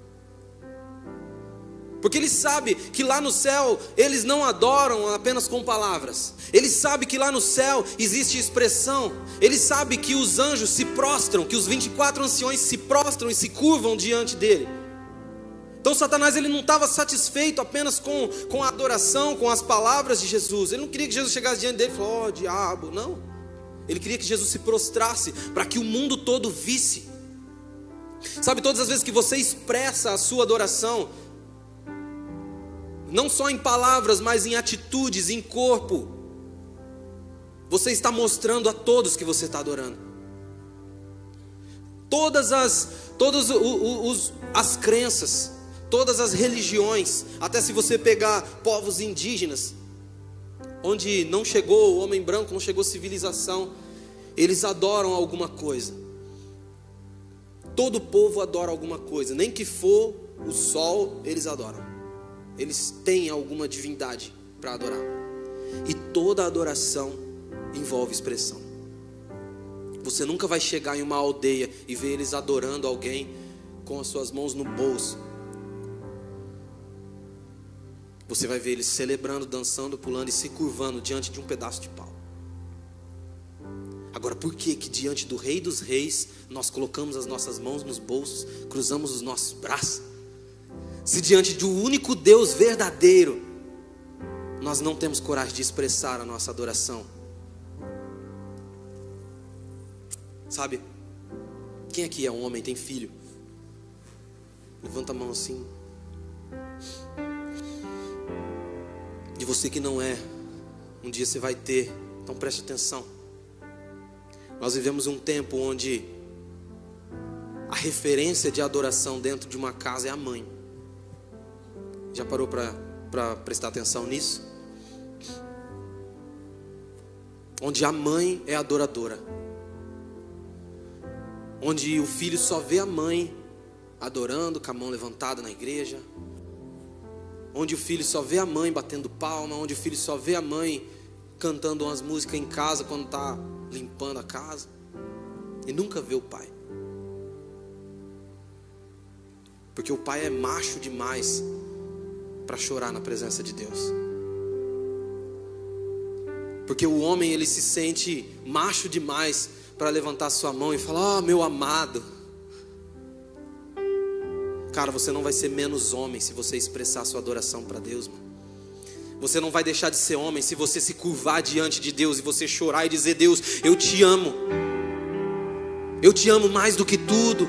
Porque ele sabe que lá no céu eles não adoram apenas com palavras. Ele sabe que lá no céu existe expressão. Ele sabe que os anjos se prostram, que os vinte e quatro anciões se prostram e se curvam diante dele. Então Satanás ele não estava satisfeito apenas com, com a adoração, com as palavras de Jesus. Ele não queria que Jesus chegasse diante dele e falasse: ó, diabo, não. Ele queria que Jesus se prostrasse para que o mundo todo visse. Sabe, todas as vezes que você expressa a sua adoração, não só em palavras, mas em atitudes, em corpo, Você está mostrando a todos que você está adorando. Todas as, todas os, os, as crenças, todas as religiões, até se você pegar povos indígenas, onde não chegou o homem branco, não chegou civilização, eles adoram alguma coisa. Todo povo adora alguma coisa, nem que for o sol, eles adoram. Eles têm alguma divindade para adorar. E toda adoração envolve expressão. Você nunca vai chegar em uma aldeia e ver eles adorando alguém com as suas mãos no bolso. Você vai ver eles celebrando, dançando, pulando e se curvando diante de um pedaço de pau. Agora, por que que diante do Rei dos Reis nós colocamos as nossas mãos nos bolsos, cruzamos os nossos braços? Se diante do único Deus verdadeiro nós não temos coragem de expressar a nossa adoração? Sabe, quem aqui é um homem, tem filho? Levanta a mão assim. E você que não é, um dia você vai ter, então preste atenção. Nós vivemos um tempo onde a referência de adoração dentro de uma casa é a mãe. Já parou para prestar atenção nisso? Onde a mãe é adoradora. Onde o filho só vê a mãe adorando, com a mão levantada na igreja. Onde o filho só vê a mãe batendo palma. Onde o filho só vê a mãe cantando umas músicas em casa quando está limpando a casa. E nunca vê o pai. Porque o pai é macho demais para chorar na presença de Deus. Porque o homem, ele se sente macho demais para levantar sua mão e falar: ah, meu amado. Cara, você não vai ser menos homem se você expressar sua adoração para Deus, mano. Você não vai deixar de ser homem se você se curvar diante de Deus e você chorar e dizer: Deus, eu te amo. Eu te amo mais do que tudo.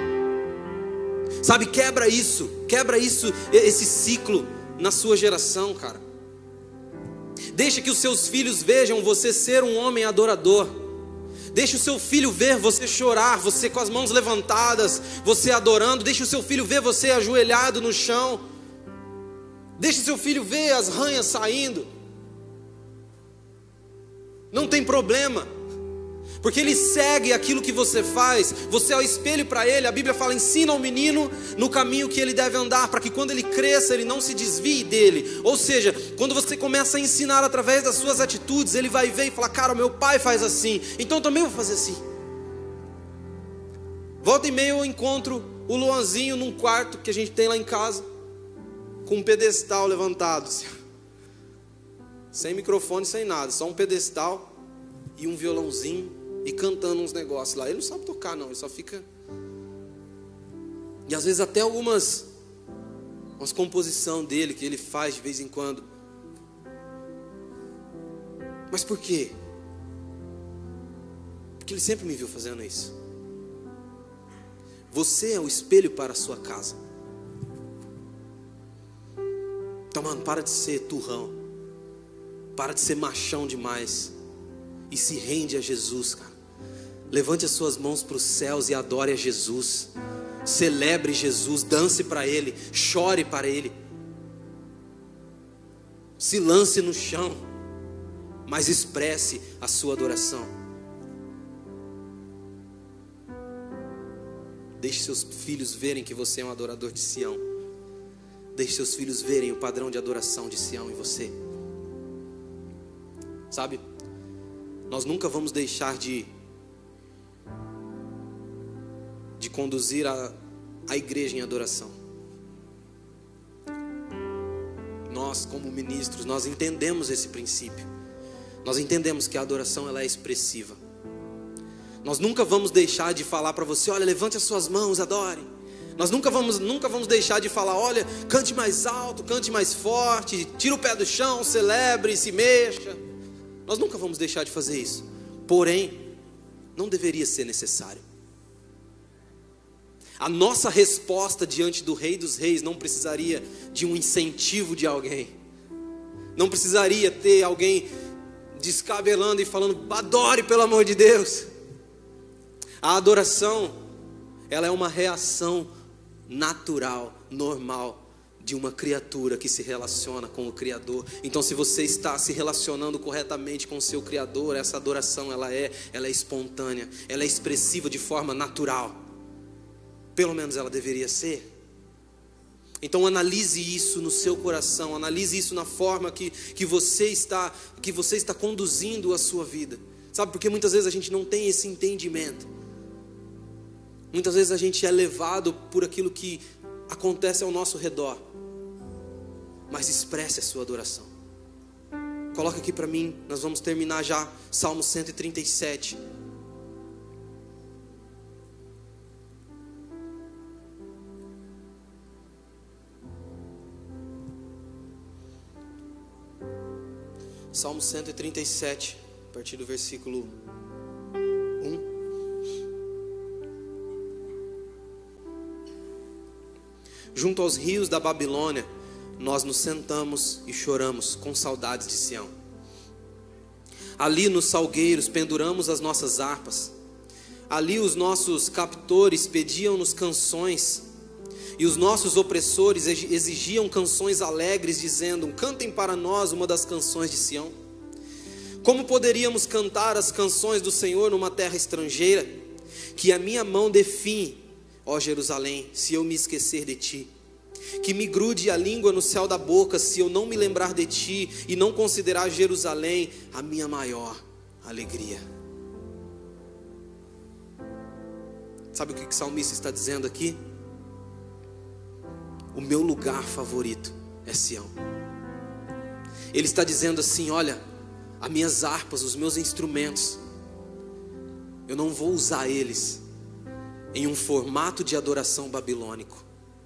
Sabe, quebra isso. Quebra isso, esse ciclo na sua geração, cara. Deixa que os seus filhos vejam você ser um homem adorador. Deixa o seu filho ver você chorar, você com as mãos levantadas, você adorando. Deixa o seu filho ver você ajoelhado no chão. Deixa o seu filho ver as ranhas saindo. Não tem problema, porque ele segue aquilo que você faz. Você é o espelho para ele. A Bíblia fala: ensina ao menino no caminho que ele deve andar, para que quando ele cresça ele não se desvie dele. Ou seja, quando você começa a ensinar através das suas atitudes, ele vai ver e falar: cara, meu pai faz assim, então eu também vou fazer assim. Volta e meia eu encontro o Luanzinho num quarto que a gente tem lá em casa, com um pedestal levantado, sem microfone, sem nada, só um pedestal e um violãozinho, e cantando uns negócios lá. Ele não sabe tocar não, ele só fica. E às vezes até algumas umas composição dele que ele faz de vez em quando. Mas por quê? Porque ele sempre me viu fazendo isso. Você é o espelho para a sua casa. Então, mano, para de ser turrão. Para de ser machão demais. E se rende a Jesus, cara. Levante as suas mãos para os céus e adore a Jesus. Celebre Jesus, dance para Ele, chore para Ele. Se lance no chão, mas expresse a sua adoração. Deixe seus filhos verem que você é um adorador de Sião. Deixe seus filhos verem o padrão de adoração de Sião em você. Sabe, nós nunca vamos deixar de de conduzir a, a igreja em adoração. Nós, como ministros, nós entendemos esse princípio. Nós entendemos que a adoração, ela é expressiva. Nós nunca vamos deixar de falar para você: olha, levante as suas mãos, adore. Nós nunca vamos, nunca vamos deixar de falar: olha, cante mais alto, cante mais forte, tira o pé do chão, celebre, se mexa. Nós nunca vamos deixar de fazer isso. Porém, não deveria ser necessário. A nossa resposta diante do Rei dos Reis não precisaria de um incentivo de alguém. Não precisaria ter alguém descabelando e falando, adore pelo amor de Deus. A adoração, ela é uma reação natural, normal, de uma criatura que se relaciona com o Criador. Então, se você está se relacionando corretamente com o seu Criador, essa adoração, ela é, ela é espontânea, ela é expressiva de forma natural. Pelo menos ela deveria ser. Então analise isso no seu coração, analise isso na forma que, que, você está, que você está conduzindo a sua vida. Sabe, porque muitas vezes a gente não tem esse entendimento. Muitas vezes a gente é levado por aquilo que acontece ao nosso redor. Mas expresse a sua adoração. Coloca aqui para mim, nós vamos terminar já Salmo cento e trinta e sete. Salmo cento e trinta e sete, a partir do versículo um. Junto aos rios da Babilônia, nós nos sentamos e choramos com saudades de Sião. Ali nos salgueiros penduramos as nossas harpas. Ali os nossos captores pediam-nos canções, e os nossos opressores exigiam canções alegres, dizendo: cantem para nós uma das canções de Sião. Como poderíamos cantar as canções do Senhor numa terra estrangeira? Que a minha mão define, ó Jerusalém, se eu me esquecer de ti. Que me grude a língua no céu da boca, se eu não me lembrar de ti e não considerar Jerusalém a minha maior alegria. Sabe o que o salmista está dizendo aqui? O meu lugar favorito é Sião. Ele está dizendo assim: olha, as minhas harpas, os meus instrumentos, eu não vou usar eles em um formato de adoração babilônico.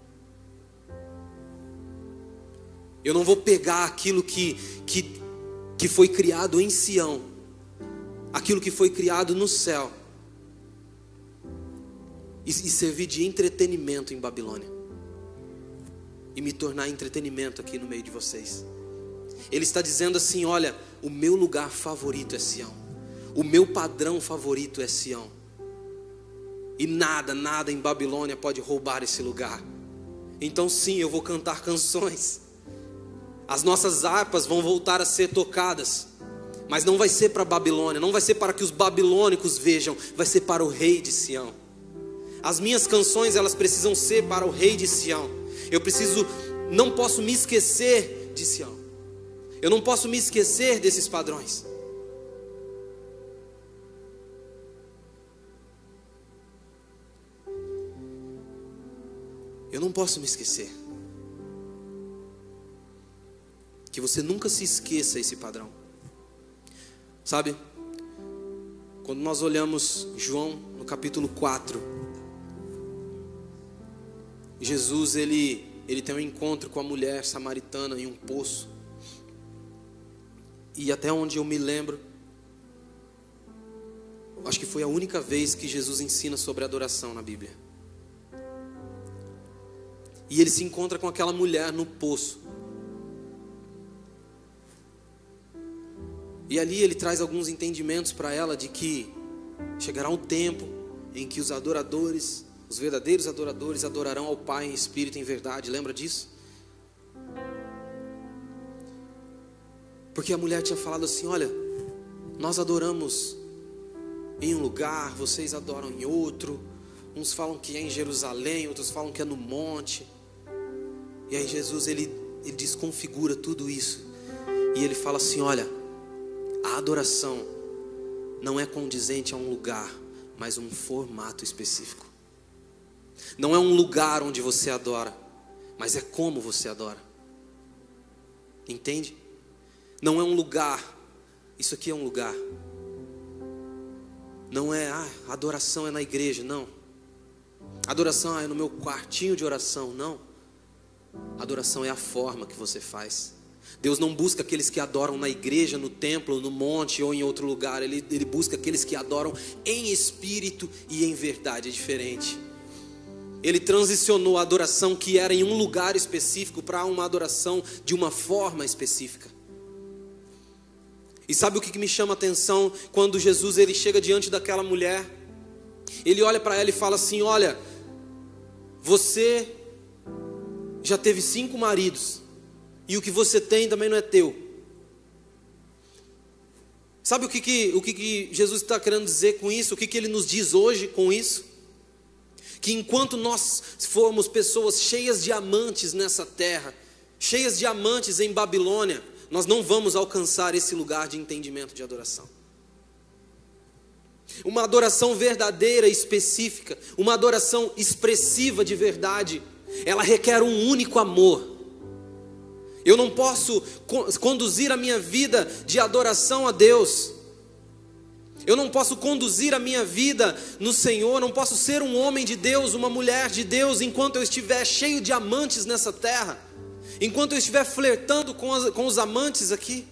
Eu não vou pegar aquilo que, que, que foi criado em Sião, aquilo que foi criado no céu, e, e servir de entretenimento em Babilônia, e me tornar entretenimento aqui no meio de vocês. Ele está dizendo assim: olha, o meu lugar favorito é Sião, o meu padrão favorito é Sião, e nada, nada em Babilônia pode roubar esse lugar. Então sim, eu vou cantar canções. As nossas harpas vão voltar a ser tocadas, mas não vai ser para a Babilônia, não vai ser para que os babilônicos vejam, vai ser para o rei de Sião. As minhas canções, elas precisam ser para o rei de Sião. Eu preciso, não posso me esquecer de Sião. Eu não posso me esquecer desses padrões. Eu não posso me esquecer. Que você nunca se esqueça esse padrão. Sabe? Quando nós olhamos João no capítulo quatro, Jesus ele, ele tem um encontro com a mulher samaritana em um poço. E até onde eu me lembro, acho que foi a única vez que Jesus ensina sobre adoração na Bíblia. E ele se encontra com aquela mulher no poço. E ali ele traz alguns entendimentos para ela de que chegará um tempo em que os adoradores, os verdadeiros adoradores, adorarão ao Pai em espírito e em verdade. Lembra disso? Porque a mulher tinha falado assim: olha, nós adoramos em um lugar, vocês adoram em outro. Uns falam que é em Jerusalém, outros falam que é no monte. E aí Jesus ele, ele desconfigura tudo isso. E ele fala assim: olha, a adoração não é condizente a um lugar, mas um formato específico. Não é um lugar onde você adora, mas é como você adora. Entende? Não é um lugar. Isso aqui é um lugar. Não é, ah, adoração é na igreja, não. Adoração é no meu quartinho de oração, não. Adoração é a forma que você faz. Deus não busca aqueles que adoram na igreja, no templo, no monte ou em outro lugar. Ele, ele busca aqueles que adoram em espírito e em verdade. É diferente. Ele transicionou a adoração que era em um lugar específico para uma adoração de uma forma específica. E sabe o que me chama a atenção? Quando Jesus ele chega diante daquela mulher, ele olha para ela e fala assim: olha, você já teve cinco maridos, e o que você tem também não é teu. Sabe o que, que, o que, que Jesus está querendo dizer com isso? O que, que Ele nos diz hoje com isso? Que enquanto nós formos pessoas cheias de amantes nessa terra, cheias de amantes em Babilônia, nós não vamos alcançar esse lugar de entendimento de adoração. Uma adoração verdadeira, específica, uma adoração expressiva de verdade, ela requer um único amor. Eu não posso conduzir a minha vida de adoração a Deus. Eu não posso conduzir a minha vida no Senhor, não posso ser um homem de Deus, uma mulher de Deus, enquanto eu estiver cheio de amantes nessa terra, enquanto eu estiver flertando com, as, com os amantes aqui.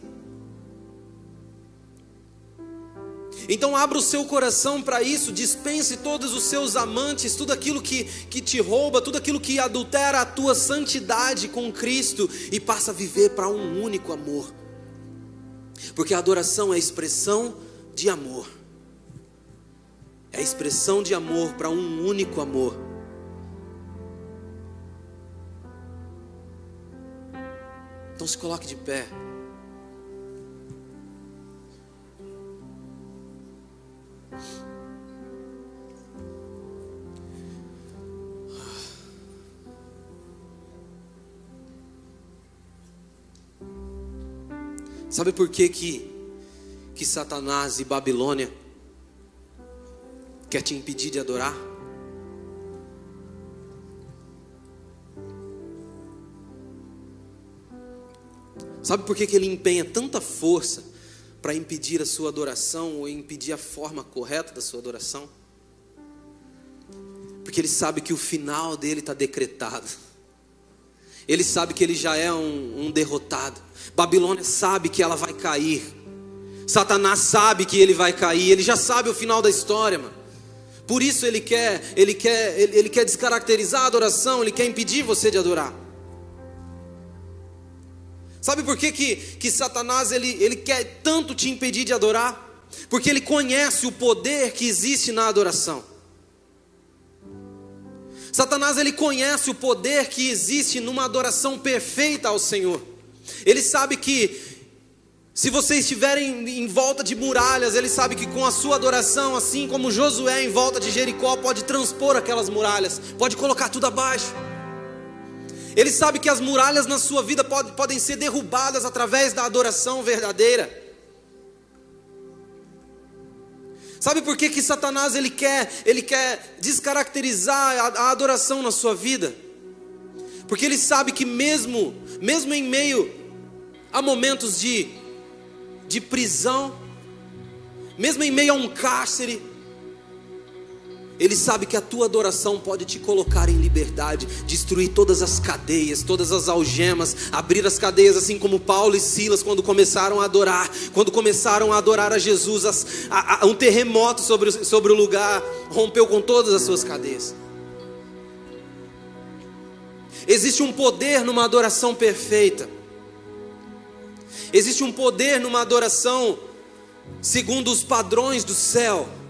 Então abra o seu coração para isso, dispense todos os seus amantes, tudo aquilo que, que te rouba, tudo aquilo que adultera a tua santidade com Cristo, e passa a viver para um único amor. Porque a adoração é a expressão de amor, é a expressão de amor para um único amor. Então se coloque de pé. Sabe por que que, que Satanás e Babilônia quer te impedir de adorar? Sabe por que que ele empenha tanta força para impedir a sua adoração, ou impedir a forma correta da sua adoração? Porque ele sabe que o final dele está decretado. Ele sabe que ele já é um, um derrotado. Babilônia sabe que ela vai cair. Satanás sabe que ele vai cair. Ele já sabe o final da história, mano. Por isso ele quer, ele quer, ele, ele quer descaracterizar a adoração. Ele quer impedir você de adorar. Sabe por que que, que Satanás ele, ele quer tanto te impedir de adorar? Porque ele conhece o poder que existe na adoração. Satanás ele conhece o poder que existe numa adoração perfeita ao Senhor. Ele sabe que se vocês estiverem em volta de muralhas, ele sabe que com a sua adoração, assim como Josué em volta de Jericó, pode transpor aquelas muralhas, pode colocar tudo abaixo. Ele sabe que as muralhas na sua vida pode, podem ser derrubadas através da adoração verdadeira. Sabe por que que Satanás ele quer, ele quer descaracterizar a, a adoração na sua vida? Porque ele sabe que mesmo, mesmo em meio a momentos de, de prisão, mesmo em meio a um cárcere, ele sabe que a tua adoração pode te colocar em liberdade, destruir todas as cadeias, todas as algemas, abrir as cadeias, assim como Paulo e Silas quando começaram a adorar, quando começaram a adorar a Jesus, as, a, a, um terremoto sobre, sobre o lugar rompeu com todas as suas cadeias. Existe um poder numa adoração perfeita, existe um poder numa adoração segundo os padrões do céu.